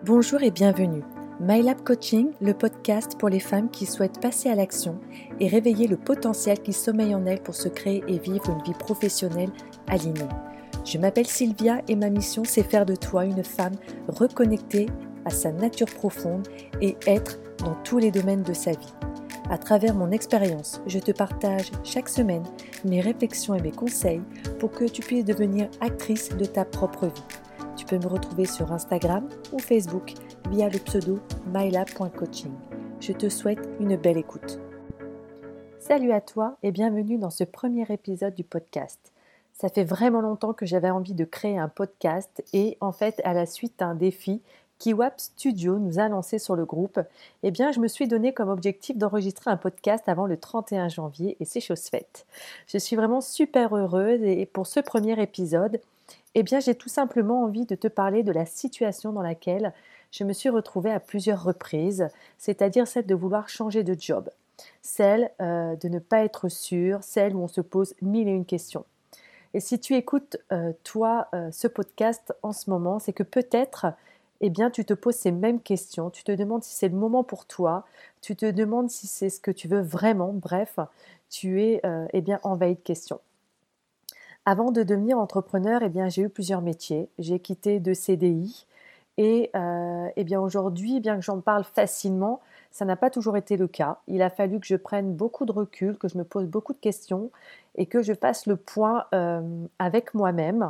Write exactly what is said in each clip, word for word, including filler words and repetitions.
Bonjour et bienvenue. MyLab Coaching, le podcast pour les femmes qui souhaitent passer à l'action et réveiller le potentiel qui sommeille en elles pour se créer et vivre une vie professionnelle alignée. Je m'appelle Sylvia et ma mission c'est faire de toi une femme reconnectée à sa nature profonde et être dans tous les domaines de sa vie. À travers mon expérience, je te partage chaque semaine mes réflexions et mes conseils pour que tu puisses devenir actrice de ta propre vie. Tu peux me retrouver sur Instagram ou Facebook via le pseudo mylab point coaching. Je te souhaite une belle écoute. Salut à toi et bienvenue dans ce premier épisode du podcast. Ça fait vraiment longtemps que j'avais envie de créer un podcast et en fait, à la suite d'un défi qu'Iwap Studio nous a lancé sur le groupe, eh bien, je me suis donné comme objectif d'enregistrer un podcast avant le trente et un janvier et c'est chose faite. Je suis vraiment super heureuse et pour ce premier épisode, eh bien, j'ai tout simplement envie de te parler de la situation dans laquelle je me suis retrouvée à plusieurs reprises, c'est-à-dire celle de vouloir changer de job, celle euh, de ne pas être sûre, celle où on se pose mille et une questions. Et si tu écoutes, euh, toi, euh, ce podcast en ce moment, c'est que peut-être, eh bien, tu te poses ces mêmes questions, tu te demandes si c'est le moment pour toi, tu te demandes si c'est ce que tu veux vraiment, bref, tu es euh, eh bien, envahi de questions. Avant de devenir entrepreneur, eh bien, j'ai eu plusieurs métiers. J'ai quitté deux C D I et euh, eh bien, aujourd'hui, bien que j'en parle facilement, ça n'a pas toujours été le cas. Il a fallu que je prenne beaucoup de recul, que je me pose beaucoup de questions et que je fasse le point euh, avec moi-même.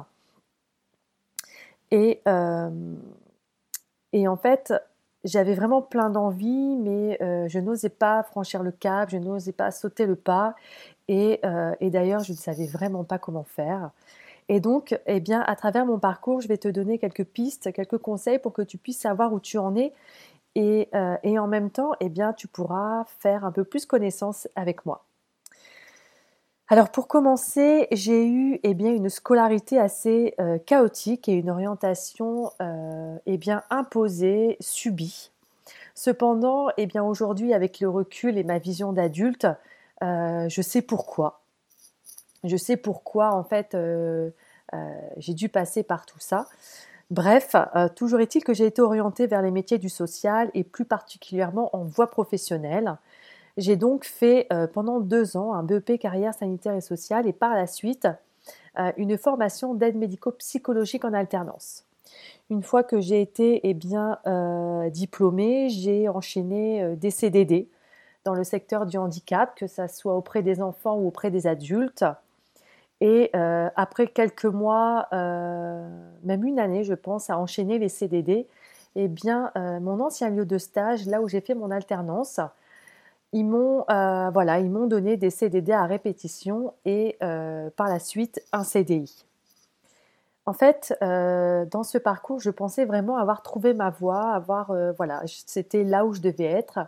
Et, euh, et en fait, j'avais vraiment plein d'envie, mais euh, je n'osais pas franchir le cap, je n'osais pas sauter le pas. Et, euh, et d'ailleurs, je ne savais vraiment pas comment faire. Et donc, eh bien, à travers mon parcours, je vais te donner quelques pistes, quelques conseils pour que tu puisses savoir où tu en es. Et, euh, et en même temps, eh bien, tu pourras faire un peu plus connaissance avec moi. Alors, pour commencer, j'ai eu eh bien, une scolarité assez euh, chaotique et une orientation euh, eh bien, imposée, subie. Cependant, eh bien, aujourd'hui, avec le recul et ma vision d'adulte, euh, je sais pourquoi. Je sais pourquoi, en fait, euh, euh, j'ai dû passer par tout ça. Bref, euh, toujours est-il que j'ai été orientée vers les métiers du social et plus particulièrement en voie professionnelle. J'ai donc fait euh, pendant deux ans un B E P carrière sanitaire et sociale et par la suite euh, une formation d'aide médico-psychologique en alternance. Une fois que j'ai été eh bien, euh, diplômée, j'ai enchaîné euh, des C D D dans le secteur du handicap, que ce soit auprès des enfants ou auprès des adultes. Et euh, après quelques mois, euh, même une année, je pense, à enchaîner les C D D, eh bien, euh, mon ancien lieu de stage, là où j'ai fait mon alternance, ils m'ont, euh, voilà, ils m'ont donné des C D D à répétition et euh, par la suite un C D I. En fait, euh, dans ce parcours, je pensais vraiment avoir trouvé ma voie, avoir, euh, voilà, c'était là où je devais être.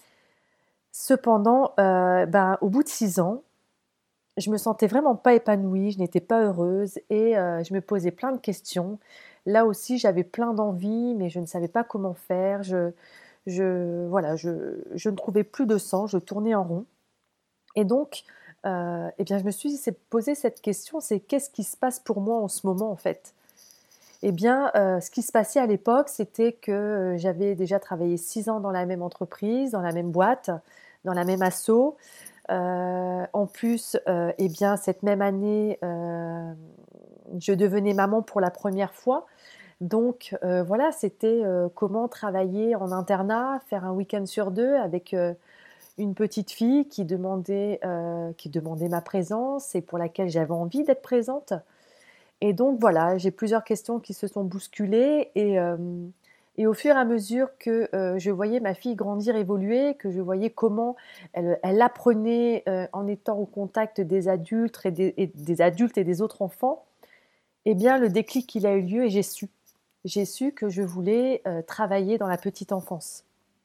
Cependant, euh, ben, au bout de six ans, je me sentais vraiment pas épanouie, je n'étais pas heureuse et euh, je me posais plein de questions. Là aussi, j'avais plein d'envies, mais je ne savais pas comment faire. Je, je, voilà, je, je ne trouvais plus de sens, je tournais en rond. Et donc, euh, eh bien, je me suis posé cette question, c'est qu'est-ce qui se passe pour moi en ce moment en fait? Eh bien, euh, ce qui se passait à l'époque, c'était que euh, j'avais déjà travaillé six ans dans la même entreprise, dans la même boîte, dans la même asso. Euh, en plus, euh, eh bien, cette même année, euh, je devenais maman pour la première fois. Donc, euh, voilà, c'était euh, comment travailler en internat, faire un week-end sur deux avec euh, une petite fille qui demandait, euh, qui demandait ma présence et pour laquelle j'avais envie d'être présente. Et donc, voilà, j'ai plusieurs questions qui se sont bousculées et... Euh, Et au fur et à mesure que euh, je voyais ma fille grandir, évoluer, que je voyais comment elle, elle apprenait euh, en étant au contact des adultes et des, et des adultes et des autres enfants, eh bien le déclic il a eu lieu et j'ai su. J'ai su que je voulais euh, travailler dans la petite enfance.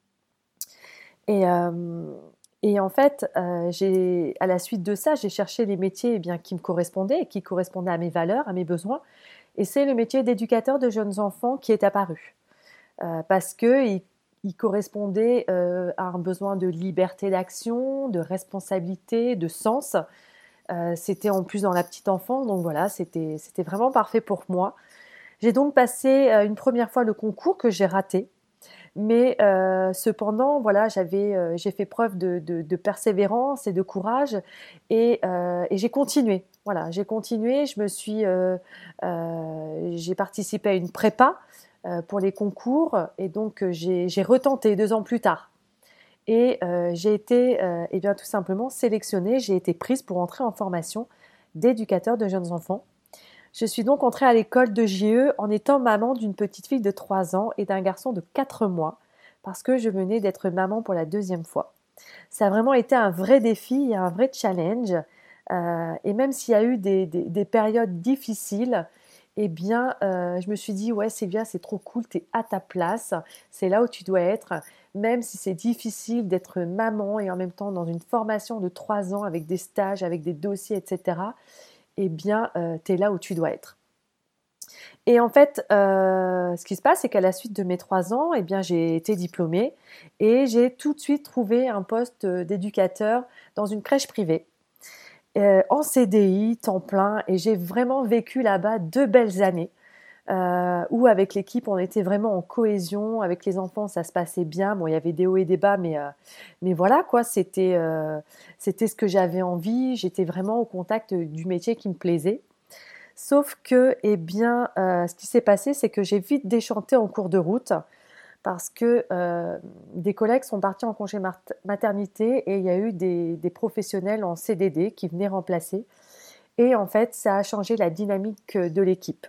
Et, euh, et en fait, euh, j'ai, à la suite de ça, j'ai cherché les métiers eh bien, qui me correspondaient et qui correspondaient à mes valeurs, à mes besoins. Et c'est le métier d'éducateur de jeunes enfants qui est apparu. Euh, parce qu'il il correspondait euh, à un besoin de liberté d'action, de responsabilité, de sens. Euh, c'était en plus dans la petite enfance, donc voilà, c'était, c'était vraiment parfait pour moi. J'ai donc passé euh, une première fois le concours que j'ai raté. Mais euh, cependant, voilà, j'avais, euh, j'ai fait preuve de, de, de persévérance et de courage et, euh, et j'ai continué. Voilà, j'ai continué. Je me suis, euh, euh, j'ai participé à une prépa euh, pour les concours et donc euh, j'ai, j'ai retenté deux ans plus tard. Et euh, j'ai été, euh, eh bien, tout simplement sélectionnée. J'ai été prise pour entrer en formation d'éducateur de jeunes enfants. Je suis donc entrée à l'école de J E en étant maman d'une petite fille de trois ans et d'un garçon de quatre mois, parce que je venais d'être maman pour la deuxième fois. Ça a vraiment été un vrai défi et un vrai challenge. Euh, et même s'il y a eu des, des, des périodes difficiles, eh bien, euh, je me suis dit, ouais, Sylvia, c'est trop cool, tu es à ta place, c'est là où tu dois être. Même si c'est difficile d'être maman et en même temps dans une formation de trois ans avec des stages, avec des dossiers, et cetera, eh bien, euh, tu es là où tu dois être. Et en fait, euh, ce qui se passe, c'est qu'à la suite de mes trois ans, eh bien, j'ai été diplômée et j'ai tout de suite trouvé un poste d'éducateur dans une crèche privée, euh, en C D I, temps plein, et j'ai vraiment vécu là-bas deux belles années. Euh, où avec l'équipe, on était vraiment en cohésion. Avec les enfants, ça se passait bien. Bon, il y avait des hauts et des bas, mais, euh, mais voilà, quoi, c'était, euh, c'était ce que j'avais envie. J'étais vraiment au contact du métier qui me plaisait. Sauf que, eh bien, euh, ce qui s'est passé, c'est que j'ai vite déchanté en cours de route parce que euh, des collègues sont partis en congé maternité et il y a eu des, des professionnels en C D D qui venaient remplacer. Et en fait, ça a changé la dynamique de l'équipe.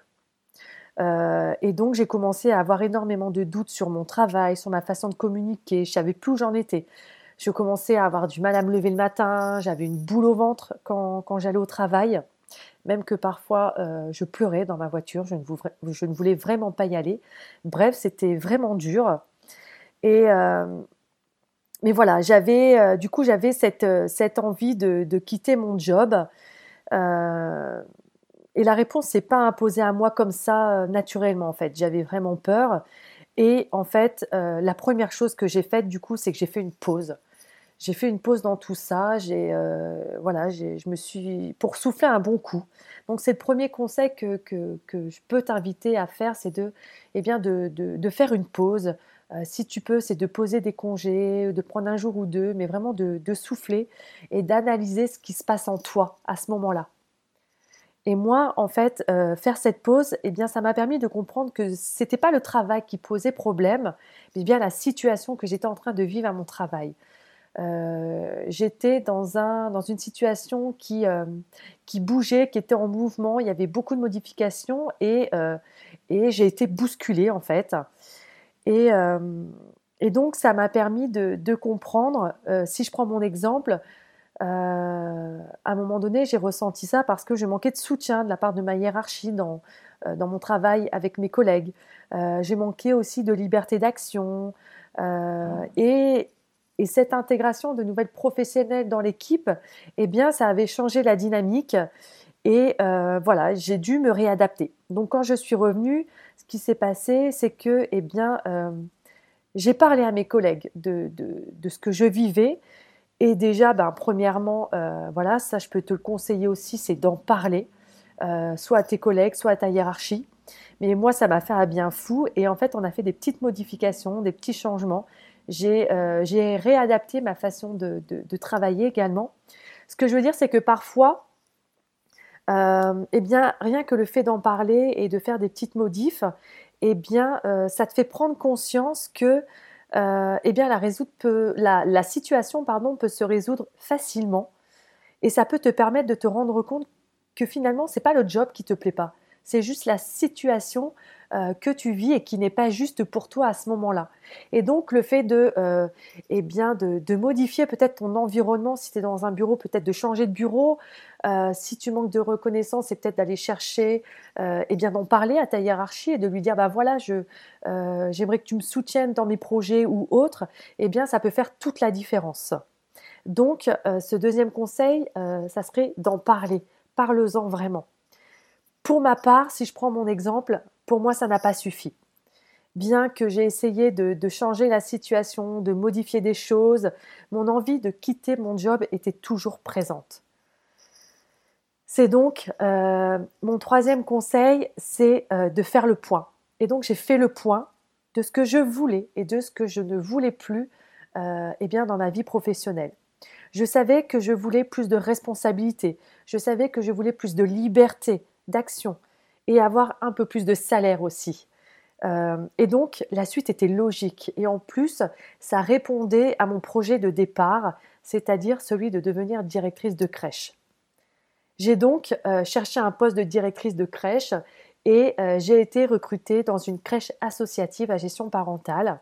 Euh, et donc, j'ai commencé à avoir énormément de doutes sur mon travail, sur ma façon de communiquer. Je savais plus où j'en étais. Je commençais à avoir du mal à me lever le matin. J'avais une boule au ventre quand, quand j'allais au travail. Même que parfois, euh, je pleurais dans ma voiture. Je ne, voulais, je ne voulais vraiment pas y aller. Bref, c'était vraiment dur. Et, euh, mais voilà, j'avais, euh, du coup, j'avais cette, cette envie de, de quitter mon job. Euh, Et la réponse s'est pas imposée à moi comme ça, euh, naturellement, en fait. J'avais vraiment peur. Et en fait, euh, la première chose que j'ai faite, du coup, c'est que j'ai fait une pause. J'ai fait une pause dans tout ça. J'ai, euh, voilà, j'ai, je me suis pour souffler un bon coup. Donc, c'est le premier conseil que, que, que je peux t'inviter à faire, c'est de, eh bien, de, de, de faire une pause. Euh, si tu peux, c'est de poser des congés, de prendre un jour ou deux, mais vraiment de, de souffler et d'analyser ce qui se passe en toi à ce moment-là. Et moi, en fait, euh, faire cette pause, eh bien, ça m'a permis de comprendre que c'était pas le travail qui posait problème, mais bien la situation que j'étais en train de vivre à mon travail. Euh, j'étais dans un dans une situation qui euh, qui bougeait, qui était en mouvement. Il y avait beaucoup de modifications et euh, et j'ai été bousculée en fait. Et euh, et donc ça m'a permis de de comprendre. Euh, si je prends mon exemple. Euh, à un moment donné, j'ai ressenti ça parce que je manquais de soutien de la part de ma hiérarchie dans, euh, dans mon travail avec mes collègues. Euh, j'ai manqué aussi de liberté d'action. Euh, et, et cette intégration de nouvelles professionnelles dans l'équipe, eh bien, ça avait changé la dynamique. Et euh, voilà, j'ai dû me réadapter. Donc, quand je suis revenue, ce qui s'est passé, c'est que, eh bien, euh, j'ai parlé à mes collègues de, de, de ce que je vivais. Et déjà, ben, premièrement, euh, voilà, ça je peux te le conseiller aussi, c'est d'en parler, euh, soit à tes collègues, soit à ta hiérarchie. Mais moi, ça m'a fait un bien fou. Et en fait, on a fait des petites modifications, des petits changements. J'ai, euh, j'ai réadapté ma façon de, de, de travailler également. Ce que je veux dire, c'est que parfois, euh, eh bien, rien que le fait d'en parler et de faire des petites modifs, eh bien, euh, ça te fait prendre conscience que euh, eh bien, la, résoudre peut, la, la situation pardon, peut se résoudre facilement et ça peut te permettre de te rendre compte que finalement, ce n'est pas le job qui ne te plaît pas. C'est juste la situation euh, que tu vis et qui n'est pas juste pour toi à ce moment-là. Et donc, le fait de, euh, eh bien, de, de modifier peut-être ton environnement, si tu es dans un bureau, peut-être de changer de bureau. Euh, si tu manques de reconnaissance, c'est peut-être d'aller chercher, euh, eh bien, d'en parler à ta hiérarchie et de lui dire, bah voilà, je, euh, j'aimerais que tu me soutiennes dans mes projets ou autres. Eh bien, ça peut faire toute la différence. Donc, euh, ce deuxième conseil, euh, ça serait d'en parler. Parle-en vraiment. Pour ma part, si je prends mon exemple, pour moi, ça n'a pas suffi. Bien que j'ai essayé de, de changer la situation, de modifier des choses, mon envie de quitter mon job était toujours présente. C'est donc euh, mon troisième conseil, c'est euh, de faire le point. Et donc, j'ai fait le point de ce que je voulais et de ce que je ne voulais plus euh, eh bien, dans ma vie professionnelle. Je savais que je voulais plus de responsabilité, je savais que je voulais plus de liberté, d'action et avoir un peu plus de salaire aussi. Euh, et donc, la suite était logique. Et en plus, ça répondait à mon projet de départ, c'est-à-dire celui de devenir directrice de crèche. J'ai donc euh, cherché un poste de directrice de crèche et euh, j'ai été recrutée dans une crèche associative à gestion parentale.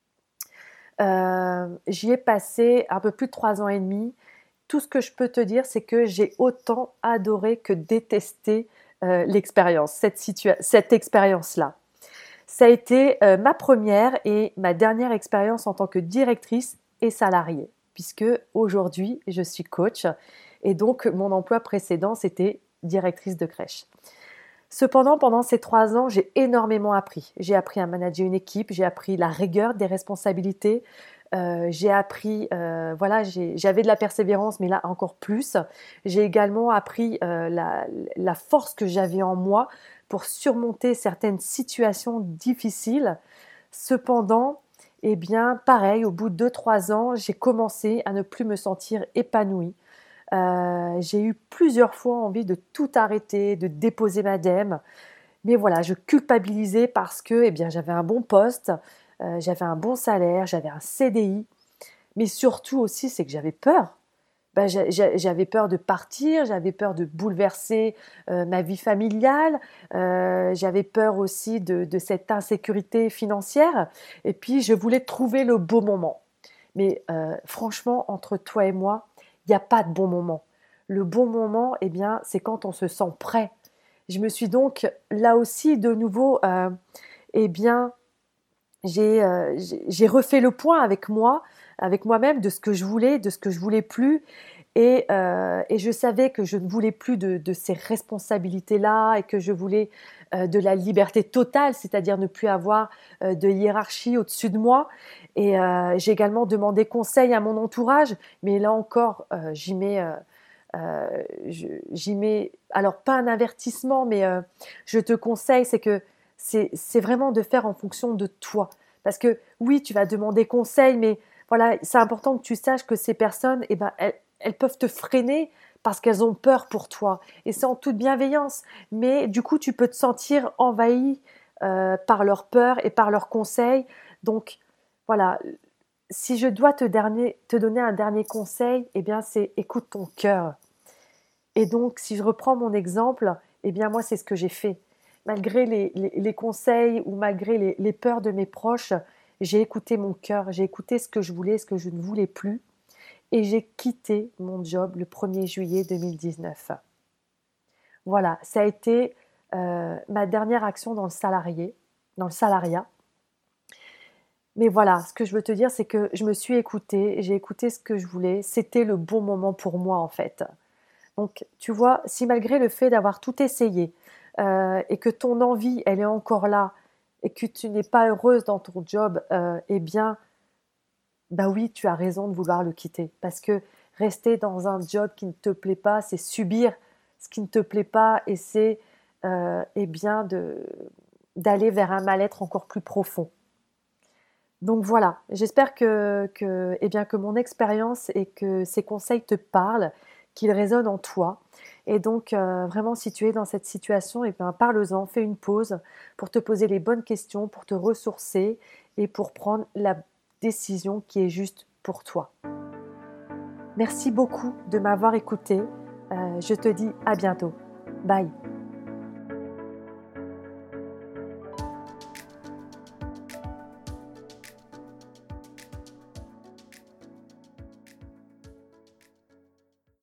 Euh, j'y ai passé un peu plus de trois ans et demi. Tout ce que je peux te dire, c'est que j'ai autant adoré que détesté euh, l'expérience, cette, situa- cette expérience-là. Ça a été euh, ma première et ma dernière expérience en tant que directrice et salariée, puisque aujourd'hui, je suis coach et donc mon emploi précédent, c'était directrice de crèche. Cependant, pendant ces trois ans, j'ai énormément appris. J'ai appris à manager une équipe, j'ai appris la rigueur des responsabilités, euh, j'ai appris, euh, voilà, j'ai, j'avais de la persévérance, mais là encore plus. J'ai également appris euh, la, la force que j'avais en moi pour surmonter certaines situations difficiles. Cependant, eh bien, pareil, au bout de deux trois ans, j'ai commencé à ne plus me sentir épanouie. Euh, j'ai eu plusieurs fois envie de tout arrêter, de déposer ma dème. Mais voilà, je culpabilisais parce que eh bien, j'avais un bon poste, euh, j'avais un bon salaire, j'avais un C D I. Mais surtout aussi, c'est que j'avais peur. Ben, j'avais peur de partir, j'avais peur de bouleverser euh, ma vie familiale, euh, j'avais peur aussi de, de cette insécurité financière. Et puis, je voulais trouver le beau moment. Mais euh, franchement, entre toi et moi, il n'y a pas de bon moment. Le bon moment, eh bien, c'est quand on se sent prêt. Je me suis donc là aussi de nouveau, euh, eh bien, j'ai, euh, j'ai, j'ai refait le point avec moi, avec moi-même, de ce que je voulais, de ce que je voulais plus. Et, euh, et je savais que je ne voulais plus de, de ces responsabilités-là et que je voulais euh, de la liberté totale, c'est-à-dire ne plus avoir euh, de hiérarchie au-dessus de moi. Et euh, j'ai également demandé conseil à mon entourage, mais là encore, euh, j'y mets, euh, euh, je- j'y mets, alors pas un avertissement, mais euh, je te conseille, c'est que c'est, c'est vraiment de faire en fonction de toi. Parce que oui, tu vas demander conseil, mais voilà, c'est important que tu saches que ces personnes, eh ben, elles, elles peuvent te freiner parce qu'elles ont peur pour toi. Et c'est en toute bienveillance. Mais du coup, tu peux te sentir envahi euh, par leur peur et par leurs conseils. Donc, voilà, si je dois te, dernier, te donner un dernier conseil, eh bien, c'est écoute ton cœur. Et donc, si je reprends mon exemple, eh bien, moi, c'est ce que j'ai fait. Malgré les, les, les conseils ou malgré les, les peurs de mes proches, j'ai écouté mon cœur, j'ai écouté ce que je voulais, ce que je ne voulais plus. Et j'ai quitté mon job le premier juillet deux mille dix-neuf. Voilà, ça a été euh, ma dernière action dans le salarié, dans le salariat. Mais voilà, ce que je veux te dire, c'est que je me suis écoutée, j'ai écouté ce que je voulais. C'était le bon moment pour moi, en fait. Donc, tu vois, si malgré le fait d'avoir tout essayé euh, et que ton envie, elle est encore là et que tu n'es pas heureuse dans ton job, euh, eh bien, bah oui, tu as raison de vouloir le quitter. Parce que rester dans un job qui ne te plaît pas, c'est subir ce qui ne te plaît pas et c'est euh, eh bien de, d'aller vers un mal-être encore plus profond. Donc voilà, j'espère que, que, eh bien, que mon expérience et que ces conseils te parlent, qu'ils résonnent en toi. Et donc, euh, vraiment, si tu es dans cette situation, eh bien, parle-en, fais une pause pour te poser les bonnes questions, pour te ressourcer et pour prendre la décision qui est juste pour toi. Merci beaucoup de m'avoir écouté. Euh, je te dis à bientôt. Bye.